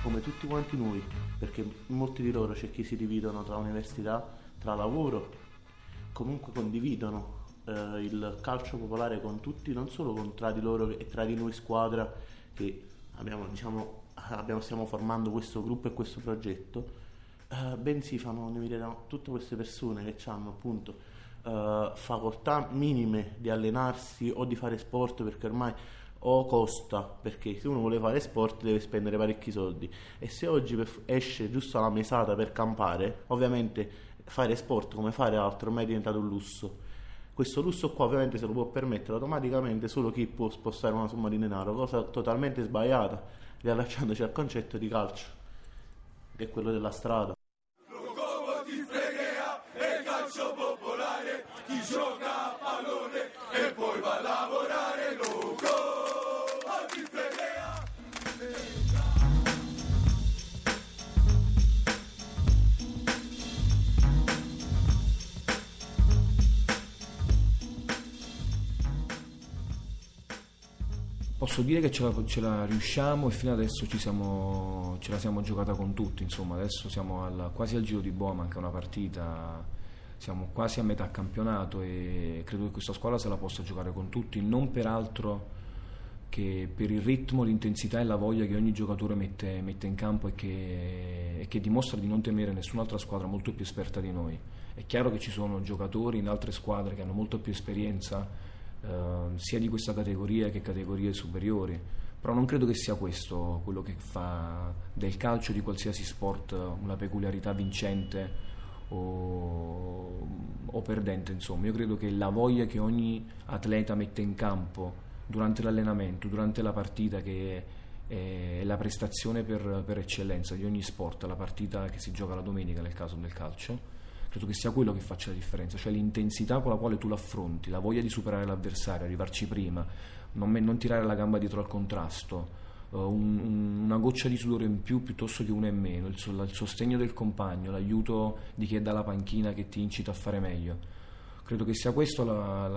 come tutti quanti noi, perché molti di loro c'è chi si dividono tra università, tra lavoro, comunque condividono il calcio popolare con tutti, non solo tra di loro e tra di noi squadra che stiamo formando questo gruppo e questo progetto, bensì fanno unire tutte queste persone che hanno appunto facoltà minime di allenarsi o di fare sport, perché ormai o costa, perché se uno vuole fare sport deve spendere parecchi soldi, e se oggi esce giusto la mesata per campare, ovviamente fare sport come fare altro ormai è diventato un lusso. Questo lusso qua ovviamente se lo può permettere automaticamente solo chi può spostare una somma di denaro, cosa totalmente sbagliata, riallacciandoci al concetto di calcio, che è quello della strada. Chi gioca a pallone e poi va a lavorare, loco ti fregea. Posso dire che ce la riusciamo, e fino adesso ce la siamo giocata con tutti, insomma. Adesso siamo quasi al giro di boa, manca una partita, siamo quasi a metà campionato e credo che questa squadra se la possa giocare con tutti, non per altro che per il ritmo, l'intensità e la voglia che ogni giocatore mette in campo e che dimostra di non temere nessun'altra squadra molto più esperta di noi. È chiaro che ci sono giocatori in altre squadre che hanno molto più esperienza sia di questa categoria che categorie superiori, però non credo che sia questo quello che fa del calcio, di qualsiasi sport, una peculiarità vincente o perdente. Insomma, io credo che la voglia che ogni atleta mette in campo durante l'allenamento, durante la partita, che è la prestazione per eccellenza di ogni sport, la partita che si gioca la domenica nel caso del calcio, credo che sia quello che faccia la differenza, cioè l'intensità con la quale tu l'affronti, la voglia di superare l'avversario, arrivarci prima, non tirare la gamba dietro al contrasto, una goccia di sudore in più piuttosto che una in meno, il sostegno del compagno, l'aiuto di chi è dalla panchina che ti incita a fare meglio. Credo che sia questa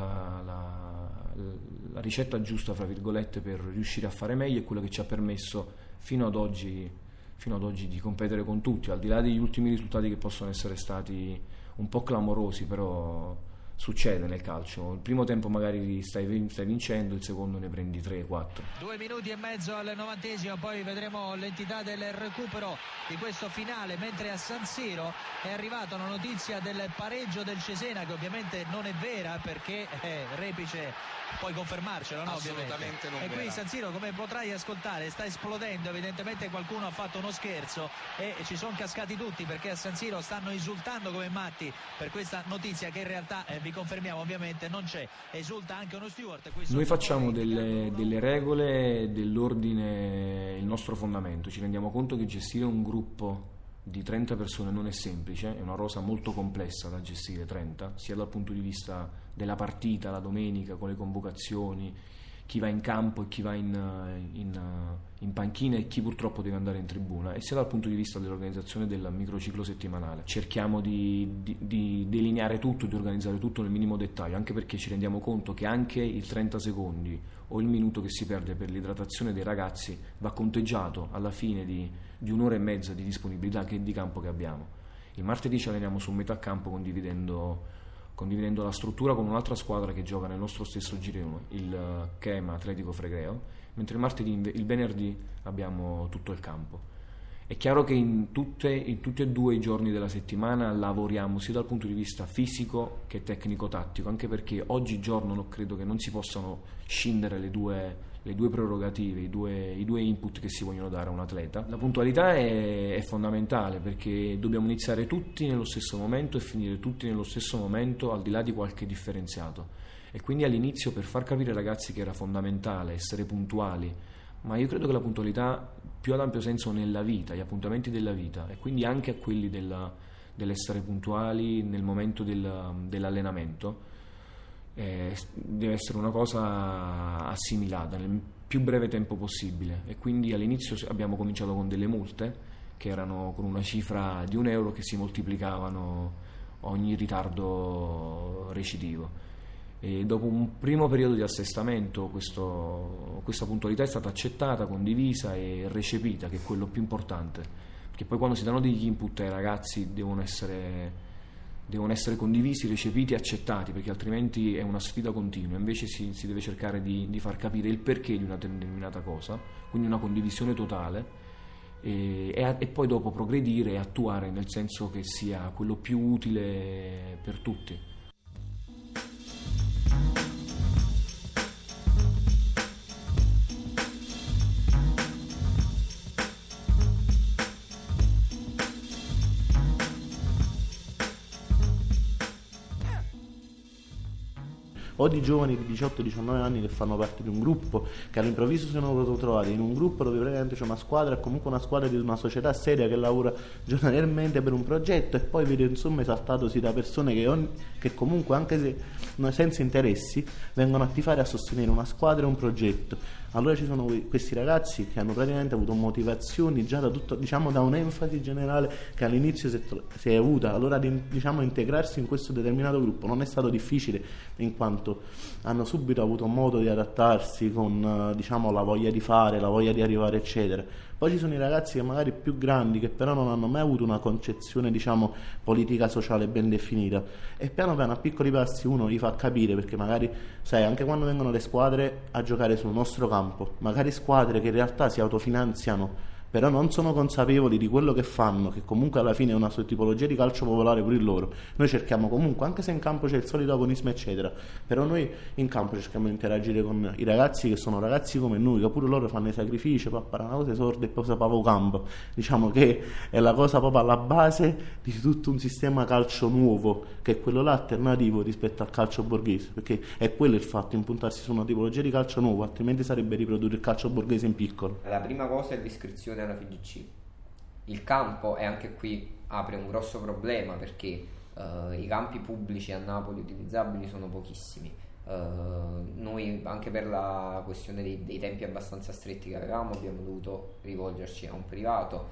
la ricetta giusta, fra virgolette, per riuscire a fare meglio, e quello che ci ha permesso fino ad oggi di competere con tutti, al di là degli ultimi risultati che possono essere stati un po' clamorosi, però succede nel calcio. Il primo tempo magari stai vincendo, il secondo ne prendi 3-4. 2 minuti e mezzo al 90°, poi vedremo l'entità del recupero di questo finale, mentre a San Siro è arrivata una notizia del pareggio del Cesena, che ovviamente non è vera, perché Repice puoi confermarcelo, no? Assolutamente non e vera. qui San Siro, come potrai ascoltare, sta esplodendo, evidentemente qualcuno ha fatto uno scherzo e ci sono cascati tutti, perché a San Siro stanno esultando come matti per questa notizia che in realtà vi confermiamo ovviamente non c'è. Esulta anche uno steward. Noi facciamo delle regole, dell'ordine il nostro fondamento. Ci rendiamo conto che gestire un gruppo di 30 persone non è semplice, è una rosa molto complessa da gestire, 30, sia dal punto di vista della partita la domenica, con le convocazioni, chi va in campo e chi va in panchina e chi purtroppo deve andare in tribuna, e sia dal punto di vista dell'organizzazione del microciclo settimanale. Cerchiamo di delineare tutto, di organizzare tutto nel minimo dettaglio, anche perché ci rendiamo conto che anche il 30 secondi o il minuto che si perde per l'idratazione dei ragazzi va conteggiato alla fine di un'ora e mezza di disponibilità di campo che abbiamo. Il martedì ci alleniamo su metà campo condividendo la struttura con un'altra squadra che gioca nel nostro stesso girone, il Chema Atletico Fregreo, mentre il venerdì abbiamo tutto il campo. È chiaro che in tutti e due i giorni della settimana lavoriamo sia dal punto di vista fisico che tecnico-tattico, anche perché oggigiorno credo che non si possano scindere le due prerogative, i due input che si vogliono dare a un atleta. La puntualità è fondamentale, perché dobbiamo iniziare tutti nello stesso momento e finire tutti nello stesso momento, al di là di qualche differenziato. E quindi all'inizio, per far capire ai ragazzi che era fondamentale essere puntuali, ma io credo che la puntualità più ad ampio senso nella vita, gli appuntamenti della vita, e quindi anche a quelli dell'essere puntuali nel momento dell'allenamento, deve essere una cosa assimilata nel più breve tempo possibile. E quindi all'inizio abbiamo cominciato con delle multe che erano con una cifra di €1 che si moltiplicavano ogni ritardo recidivo, E dopo un primo periodo di assestamento questa puntualità è stata accettata, condivisa e recepita, che è quello più importante, perché poi quando si danno degli input ai ragazzi devono essere condivisi, recepiti e accettati, perché altrimenti è una sfida continua. Invece si deve cercare di far capire il perché di una determinata cosa, quindi una condivisione totale, e poi dopo progredire e attuare, nel senso che sia quello più utile per tutti. O di giovani di 18-19 anni che fanno parte di un gruppo, che all'improvviso si sono trovati in un gruppo dove praticamente c'è una squadra, comunque una squadra di una società seria che lavora giornaliamente per un progetto, e poi vede insomma esaltatosi da persone che comunque, anche se senza interessi, vengono a tifare, a sostenere una squadra e un progetto. Allora ci sono questi ragazzi che hanno praticamente avuto motivazioni già da tutto, diciamo, da un'enfasi generale che all'inizio si è avuta. Allora diciamo integrarsi in questo determinato gruppo non è stato difficile, in quanto hanno subito avuto modo di adattarsi con diciamo la voglia di fare, la voglia di arrivare, eccetera. Poi ci sono i ragazzi che magari più grandi, che però non hanno mai avuto una concezione, diciamo, politica sociale ben definita, e piano piano a piccoli passi uno li fa capire, perché magari, sai, anche quando vengono le squadre a giocare sul nostro campo, magari squadre che in realtà si autofinanziano, però non sono consapevoli di quello che fanno, che comunque alla fine è una tipologia di calcio popolare pure il loro. Noi cerchiamo comunque, anche se in campo c'è il solito agonismo eccetera, però noi in campo cerchiamo di interagire con i ragazzi che sono ragazzi come noi, che pure loro fanno i sacrifici, poi imparano cose sorde e poi sapavo campo. Diciamo che è la cosa proprio alla base di tutto un sistema calcio nuovo, che è quello là alternativo rispetto al calcio borghese, perché è quello il fatto, impuntarsi su una tipologia di calcio nuovo, altrimenti sarebbe riprodurre il calcio borghese in piccolo. La prima cosa è l'iscrizione alla FIGC. Il campo, e anche qui apre un grosso problema, perché i campi pubblici a Napoli utilizzabili sono pochissimi. Noi, anche per la questione dei tempi abbastanza stretti che avevamo, abbiamo dovuto rivolgerci a un privato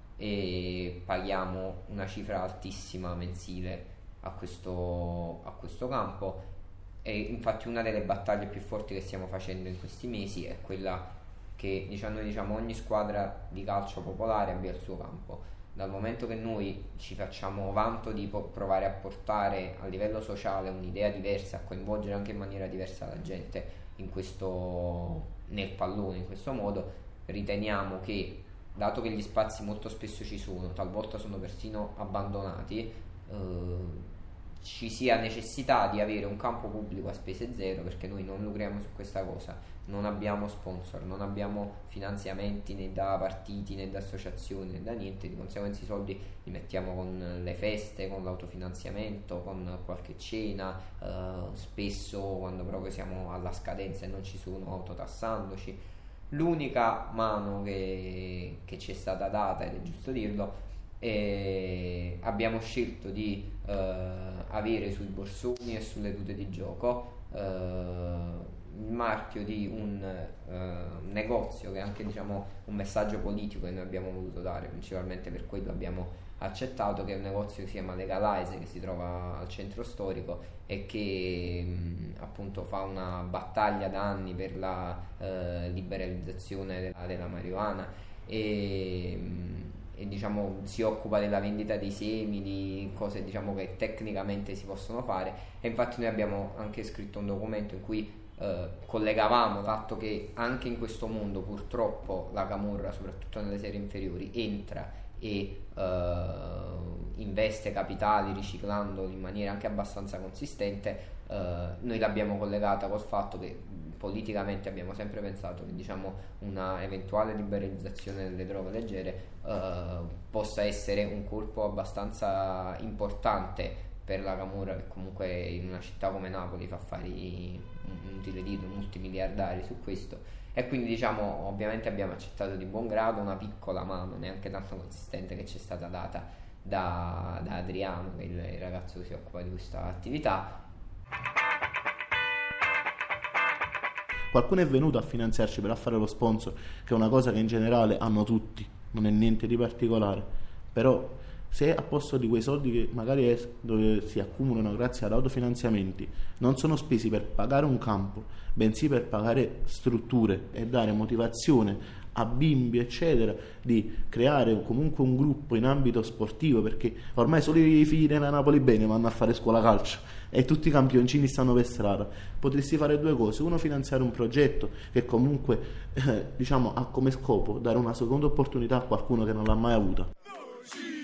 e paghiamo una cifra altissima mensile a questo campo. E infatti una delle battaglie più forti che stiamo facendo in questi mesi è quella che noi diciamo ogni squadra di calcio popolare abbia il suo campo. Dal momento che noi ci facciamo vanto di provare a portare a livello sociale un'idea diversa, a coinvolgere anche in maniera diversa la gente nel pallone, in questo modo, riteniamo che, dato che gli spazi molto spesso ci sono, talvolta sono persino abbandonati, ci sia necessità di avere un campo pubblico a spese zero, perché noi non lucriamo su questa cosa, non abbiamo sponsor, non abbiamo finanziamenti né da partiti né da associazioni né da niente, di conseguenza i soldi li mettiamo con le feste, con l'autofinanziamento, con qualche cena, spesso quando proprio siamo alla scadenza e non ci sono, autotassandoci. L'unica mano che ci è stata data, ed è giusto dirlo, abbiamo scelto di avere sui borsoni e sulle tute di gioco il marchio di un negozio che è anche, diciamo, un messaggio politico che noi abbiamo voluto dare, principalmente per quello abbiamo accettato, che è un negozio che si chiama Legalize, che si trova al centro storico e che appunto fa una battaglia da anni per la liberalizzazione della marijuana e diciamo si occupa della vendita dei semi, di cose, diciamo, che tecnicamente si possono fare. E infatti noi abbiamo anche scritto un documento in cui collegavamo il fatto che anche in questo mondo purtroppo la camorra, soprattutto nelle serie inferiori, entra e investe capitali riciclandoli in maniera anche abbastanza consistente. Noi l'abbiamo collegata col fatto che politicamente abbiamo sempre pensato che, diciamo, una eventuale liberalizzazione delle droghe leggere possa essere un colpo abbastanza importante per la camorra, che comunque in una città come Napoli fa affari, inutile dirlo, multimiliardari su questo. E quindi, diciamo, ovviamente abbiamo accettato di buon grado una piccola mano, neanche tanto consistente, che ci è stata data da Adriano, che è il ragazzo che si occupa di questa attività. Qualcuno è venuto a finanziarci per fare lo sponsor, che è una cosa che in generale hanno tutti, non è niente di particolare, però se a posto di quei soldi che magari dove si accumulano grazie ad autofinanziamenti non sono spesi per pagare un campo, bensì per pagare strutture e dare motivazione a bimbi eccetera, di creare comunque un gruppo in ambito sportivo, perché ormai solo i figli della Napoli bene vanno a fare scuola calcio e tutti i campioncini stanno per strada. Potresti fare due cose: uno, finanziare un progetto che comunque diciamo ha come scopo dare una seconda opportunità a qualcuno che non l'ha mai avuta.